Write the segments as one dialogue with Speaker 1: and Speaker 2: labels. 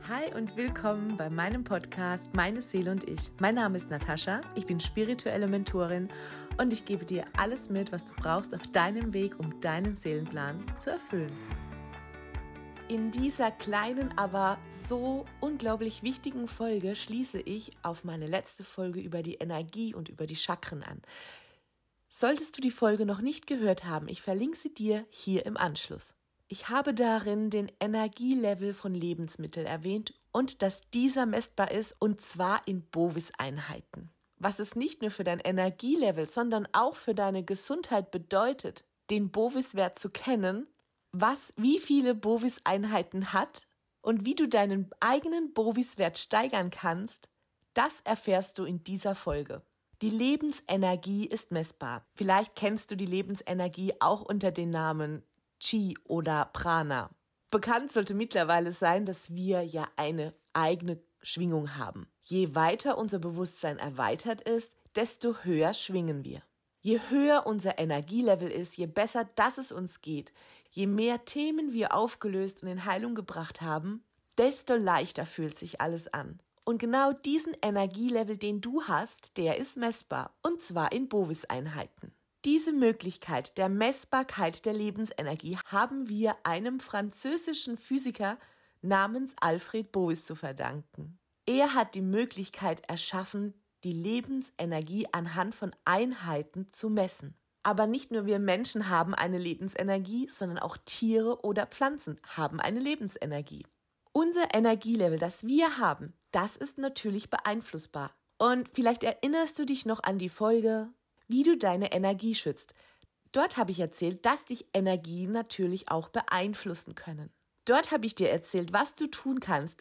Speaker 1: Hi und willkommen bei meinem Podcast Meine Seele und ich. Mein Name ist Natascha, ich bin spirituelle Mentorin und ich gebe dir alles mit, was du brauchst auf deinem Weg, um deinen Seelenplan zu erfüllen. In dieser kleinen, aber so unglaublich wichtigen Folge schließe ich auf meine letzte Folge über die Energie und über die Chakren an. Solltest du die Folge noch nicht gehört haben, ich verlinke sie dir hier im Anschluss. Ich habe darin den Energielevel von Lebensmitteln erwähnt und dass dieser messbar ist und zwar in Bovis-Einheiten. Was es nicht nur für dein Energielevel, sondern auch für deine Gesundheit bedeutet, den Bovis-Wert zu kennen, wie viele Bovis-Einheiten hat und wie du deinen eigenen Bovis-Wert steigern kannst, das erfährst du in dieser Folge. Die Lebensenergie ist messbar. Vielleicht kennst du die Lebensenergie auch unter den Namen Chi oder Prana. Bekannt sollte mittlerweile sein, dass wir ja eine eigene Schwingung haben. Je weiter unser Bewusstsein erweitert ist, desto höher schwingen wir. Je höher unser Energielevel ist, je besser, dass es uns geht, je mehr Themen wir aufgelöst und in Heilung gebracht haben, desto leichter fühlt sich alles an. Und genau diesen Energielevel, den du hast, der ist messbar, und zwar in Bovis-Einheiten. Diese Möglichkeit der Messbarkeit der Lebensenergie haben wir einem französischen Physiker namens Alfred Bovis zu verdanken. Er hat die Möglichkeit erschaffen, die Lebensenergie anhand von Einheiten zu messen. Aber nicht nur wir Menschen haben eine Lebensenergie, sondern auch Tiere oder Pflanzen haben eine Lebensenergie. Unser Energielevel, das wir haben, das ist natürlich beeinflussbar. Und vielleicht erinnerst du dich noch an die Folge, wie du deine Energie schützt. Dort habe ich erzählt, dass dich Energien natürlich auch beeinflussen können. Dort habe ich dir erzählt, was du tun kannst.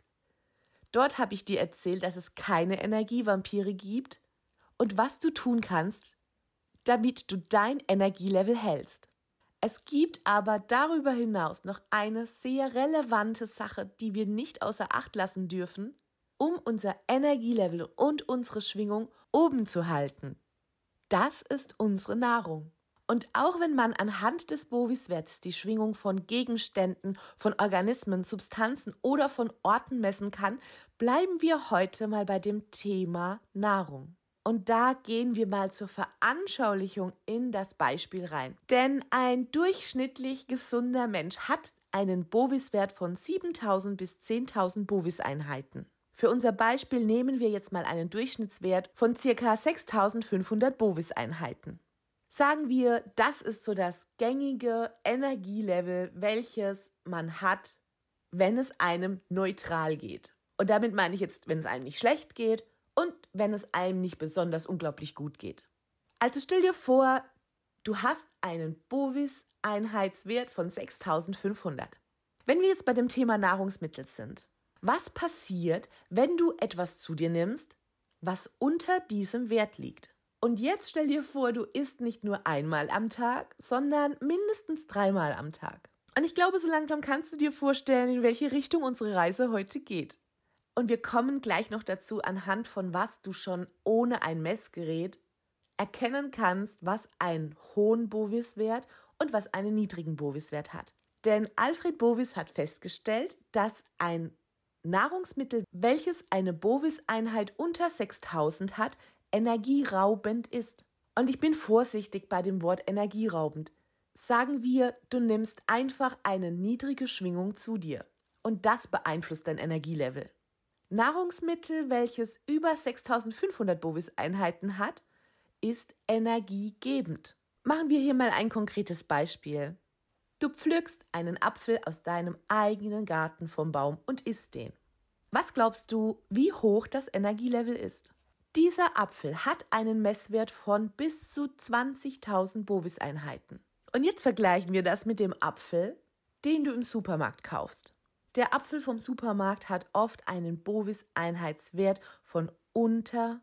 Speaker 1: Dort habe ich dir erzählt, dass es keine Energievampire gibt und was du tun kannst, damit du dein Energielevel hältst. Es gibt aber darüber hinaus noch eine sehr relevante Sache, die wir nicht außer Acht lassen dürfen, um unser Energielevel und unsere Schwingung oben zu halten. Das ist unsere Nahrung. Und auch wenn man anhand des Bovis-Wertes die Schwingung von Gegenständen, von Organismen, Substanzen oder von Orten messen kann, bleiben wir heute mal bei dem Thema Nahrung. Und da gehen wir mal zur Veranschaulichung in das Beispiel rein. Denn ein durchschnittlich gesunder Mensch hat einen Bovis-Wert von 7.000 bis 10.000 Bovis-Einheiten. Für unser Beispiel nehmen wir jetzt mal einen Durchschnittswert von ca. 6.500 Bovis-Einheiten. Sagen wir, das ist so das gängige Energielevel, welches man hat, wenn es einem neutral geht. Und damit meine ich jetzt, wenn es einem nicht schlecht geht und wenn es einem nicht besonders unglaublich gut geht. Also stell dir vor, du hast einen Bovis-Einheitswert von 6.500. Wenn wir jetzt bei dem Thema Nahrungsmittel sind, was passiert, wenn du etwas zu dir nimmst, was unter diesem Wert liegt? Und jetzt stell dir vor, du isst nicht nur einmal am Tag, sondern mindestens 3-mal am Tag. Und ich glaube, so langsam kannst du dir vorstellen, in welche Richtung unsere Reise heute geht. Und wir kommen gleich noch dazu, anhand von was du schon ohne ein Messgerät erkennen kannst, was einen hohen Bovis-Wert und was einen niedrigen Bovis-Wert hat. Denn Alfred Bovis hat festgestellt, dass ein Nahrungsmittel, welches eine Bovis-Einheit unter 6.000 hat, energieraubend ist. Und ich bin vorsichtig bei dem Wort energieraubend. Sagen wir, du nimmst einfach eine niedrige Schwingung zu dir und das beeinflusst dein Energielevel. Nahrungsmittel, welches über 6.500 Bovis-Einheiten hat, ist energiegebend. Machen wir hier mal ein konkretes Beispiel. Du pflückst einen Apfel aus deinem eigenen Garten vom Baum und isst den. Was glaubst du, wie hoch das Energielevel ist? Dieser Apfel hat einen Messwert von bis zu 20.000 Bovis-Einheiten. Und jetzt vergleichen wir das mit dem Apfel, den du im Supermarkt kaufst. Der Apfel vom Supermarkt hat oft einen Bovis-Einheitswert von unter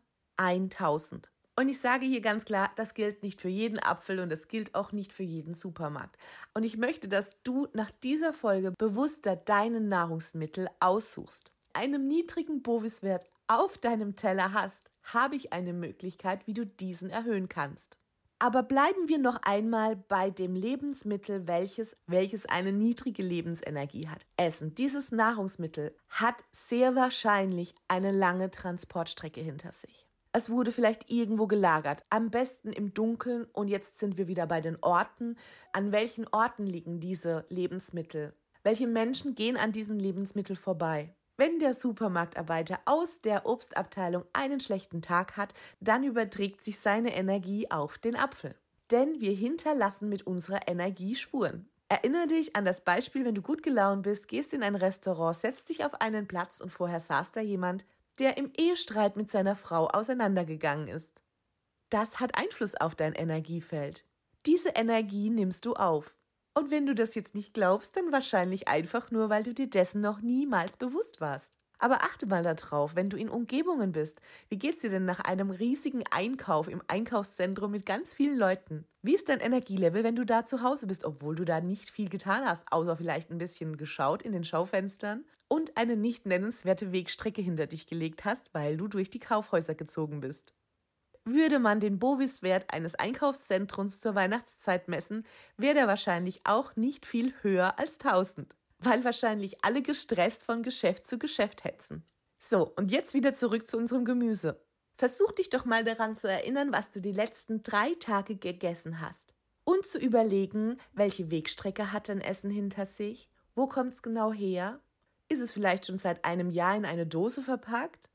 Speaker 1: 1.000. Und ich sage hier ganz klar, das gilt nicht für jeden Apfel und das gilt auch nicht für jeden Supermarkt. Und ich möchte, dass du nach dieser Folge bewusster deinen Nahrungsmittel aussuchst. Einem niedrigen Bovis-Wert auf deinem Teller hast, habe ich eine Möglichkeit, wie du diesen erhöhen kannst. Aber bleiben wir noch einmal bei dem Lebensmittel, welches eine niedrige Lebensenergie hat. Essen. Dieses Nahrungsmittel hat sehr wahrscheinlich eine lange Transportstrecke hinter sich. Es wurde vielleicht irgendwo gelagert, am besten im Dunkeln, und jetzt sind wir wieder bei den Orten. An welchen Orten liegen diese Lebensmittel? Welche Menschen gehen an diesen Lebensmitteln vorbei? Wenn der Supermarktarbeiter aus der Obstabteilung einen schlechten Tag hat, dann überträgt sich seine Energie auf den Apfel. Denn wir hinterlassen mit unserer Energie Spuren. Erinnere dich an das Beispiel, wenn du gut gelaunt bist, gehst in ein Restaurant, setzt dich auf einen Platz und vorher saß da jemand, der im Ehestreit mit seiner Frau auseinandergegangen ist. Das hat Einfluss auf dein Energiefeld. Diese Energie nimmst du auf. Und wenn du das jetzt nicht glaubst, dann wahrscheinlich einfach nur, weil du dir dessen noch niemals bewusst warst. Aber achte mal darauf, wenn du in Umgebungen bist. Wie geht's dir denn nach einem riesigen Einkauf im Einkaufszentrum mit ganz vielen Leuten? Wie ist dein Energielevel, wenn du da zu Hause bist, obwohl du da nicht viel getan hast, außer vielleicht ein bisschen geschaut in den Schaufenstern und eine nicht nennenswerte Wegstrecke hinter dich gelegt hast, weil du durch die Kaufhäuser gezogen bist? Würde man den Bovis-Wert eines Einkaufszentrums zur Weihnachtszeit messen, wäre der wahrscheinlich auch nicht viel höher als 1000, weil wahrscheinlich alle gestresst von Geschäft zu Geschäft hetzen. So, und jetzt wieder zurück zu unserem Gemüse. Versuch dich doch mal daran zu erinnern, was du die letzten 3 Tage gegessen hast. Und zu überlegen, welche Wegstrecke hat dein Essen hinter sich? Wo kommt es genau her? Ist es vielleicht schon seit einem Jahr in eine Dose verpackt?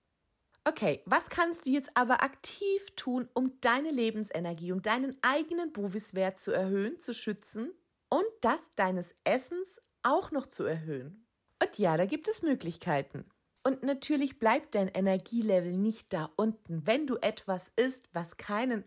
Speaker 1: Okay, was kannst du jetzt aber aktiv tun, um deine Lebensenergie, um deinen eigenen Bovis-Wert zu erhöhen, zu schützen und das deines Essens auch noch zu erhöhen? Und ja, da gibt es Möglichkeiten. Und natürlich bleibt dein Energielevel nicht da unten, wenn du etwas isst, was keinen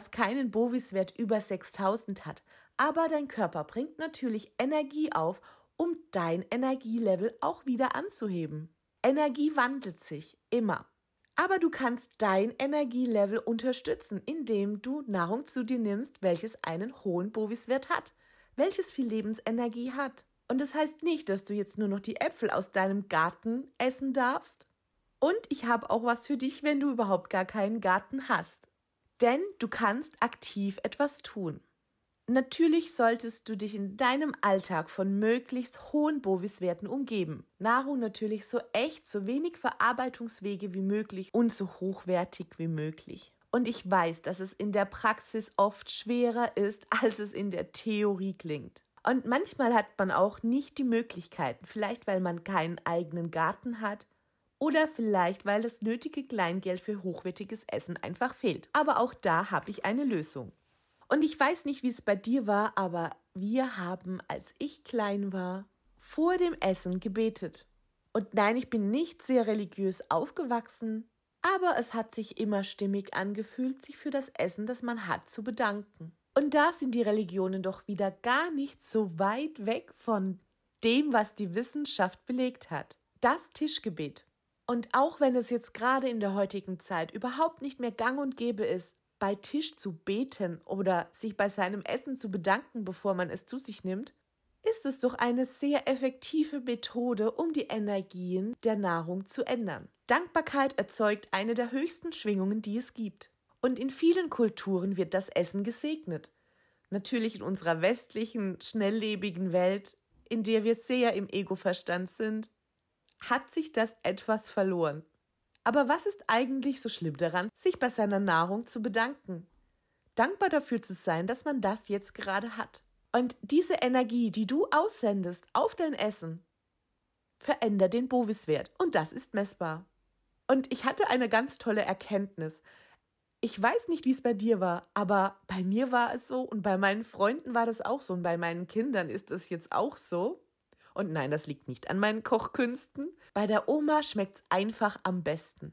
Speaker 1: Bovis-Wert über 6000 hat. Aber dein Körper bringt natürlich Energie auf, um dein Energielevel auch wieder anzuheben. Energie wandelt sich immer. Aber du kannst dein Energielevel unterstützen, indem du Nahrung zu dir nimmst, welches einen hohen Bovis-Wert hat, welches viel Lebensenergie hat. Und das heißt nicht, dass du jetzt nur noch die Äpfel aus deinem Garten essen darfst. Und ich habe auch was für dich, wenn du überhaupt gar keinen Garten hast. Denn du kannst aktiv etwas tun. Natürlich solltest du dich in deinem Alltag von möglichst hohen Bovis-Werten umgeben. Nahrung natürlich so echt, so wenig Verarbeitungswege wie möglich und so hochwertig wie möglich. Und ich weiß, dass es in der Praxis oft schwerer ist, als es in der Theorie klingt. Und manchmal hat man auch nicht die Möglichkeiten, vielleicht weil man keinen eigenen Garten hat oder vielleicht weil das nötige Kleingeld für hochwertiges Essen einfach fehlt. Aber auch da habe ich eine Lösung. Und ich weiß nicht, wie es bei dir war, aber wir haben, als ich klein war, vor dem Essen gebetet. Und nein, ich bin nicht sehr religiös aufgewachsen, aber es hat sich immer stimmig angefühlt, sich für das Essen, das man hat, zu bedanken. Und da sind die Religionen doch wieder gar nicht so weit weg von dem, was die Wissenschaft belegt hat. Das Tischgebet. Und auch wenn es jetzt gerade in der heutigen Zeit überhaupt nicht mehr gang und gäbe ist, bei Tisch zu beten oder sich bei seinem Essen zu bedanken, bevor man es zu sich nimmt, ist es doch eine sehr effektive Methode, um die Energien der Nahrung zu ändern. Dankbarkeit erzeugt eine der höchsten Schwingungen, die es gibt. Und in vielen Kulturen wird das Essen gesegnet. Natürlich in unserer westlichen, schnelllebigen Welt, in der wir sehr im Ego-Verstand sind, hat sich das etwas verloren. Aber was ist eigentlich so schlimm daran, sich bei seiner Nahrung zu bedanken? Dankbar dafür zu sein, dass man das jetzt gerade hat. Und diese Energie, die du aussendest auf dein Essen, verändert den Bovis-Wert. Und das ist messbar. Und ich hatte eine ganz tolle Erkenntnis. Ich weiß nicht, wie es bei dir war, aber bei mir war es so und bei meinen Freunden war das auch so und bei meinen Kindern ist es jetzt auch so. Und nein, das liegt nicht an meinen Kochkünsten. Bei der Oma schmeckt's einfach am besten.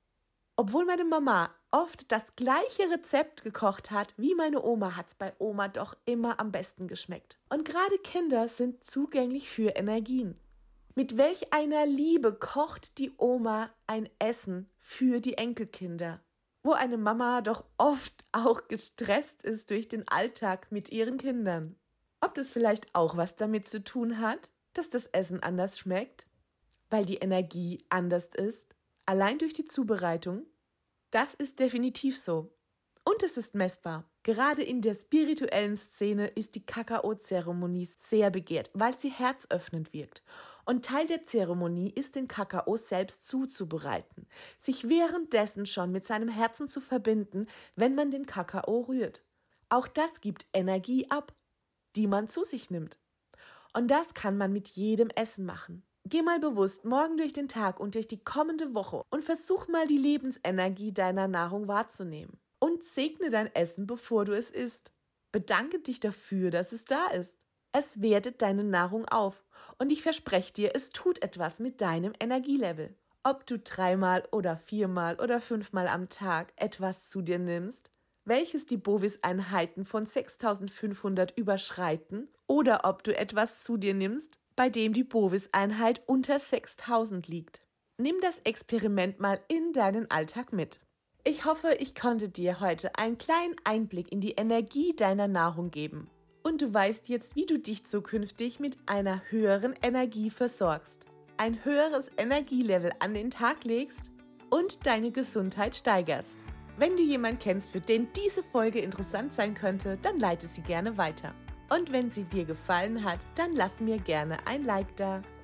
Speaker 1: Obwohl meine Mama oft das gleiche Rezept gekocht hat wie meine Oma, hat's bei Oma doch immer am besten geschmeckt. Und gerade Kinder sind zugänglich für Energien. Mit welch einer Liebe kocht die Oma ein Essen für die Enkelkinder? Wo eine Mama doch oft auch gestresst ist durch den Alltag mit ihren Kindern. Ob das vielleicht auch was damit zu tun hat, dass das Essen anders schmeckt, weil die Energie anders ist, allein durch die Zubereitung? Das ist definitiv so. Und es ist messbar. Gerade in der spirituellen Szene ist die Kakao-Zeremonie sehr begehrt, weil sie herzöffnend wirkt. Und Teil der Zeremonie ist, den Kakao selbst zuzubereiten, sich währenddessen schon mit seinem Herzen zu verbinden, wenn man den Kakao rührt. Auch das gibt Energie ab, die man zu sich nimmt. Und das kann man mit jedem Essen machen. Geh mal bewusst morgen durch den Tag und durch die kommende Woche und versuch mal die Lebensenergie deiner Nahrung wahrzunehmen. Und segne dein Essen, bevor du es isst. Bedanke dich dafür, dass es da ist. Es wertet deine Nahrung auf und ich verspreche dir, es tut etwas mit deinem Energielevel. Ob du 3-mal oder 4-mal oder 5-mal am Tag etwas zu dir nimmst, welches die Bovis-Einheiten von 6500 überschreiten, oder ob du etwas zu dir nimmst, bei dem die Bovis-Einheit unter 6000 liegt. Nimm das Experiment mal in deinen Alltag mit. Ich hoffe, ich konnte dir heute einen kleinen Einblick in die Energie deiner Nahrung geben. Und du weißt jetzt, wie du dich zukünftig mit einer höheren Energie versorgst, ein höheres Energielevel an den Tag legst und deine Gesundheit steigerst. Wenn du jemanden kennst, für den diese Folge interessant sein könnte, dann leite sie gerne weiter. Und wenn sie dir gefallen hat, dann lass mir gerne ein Like da.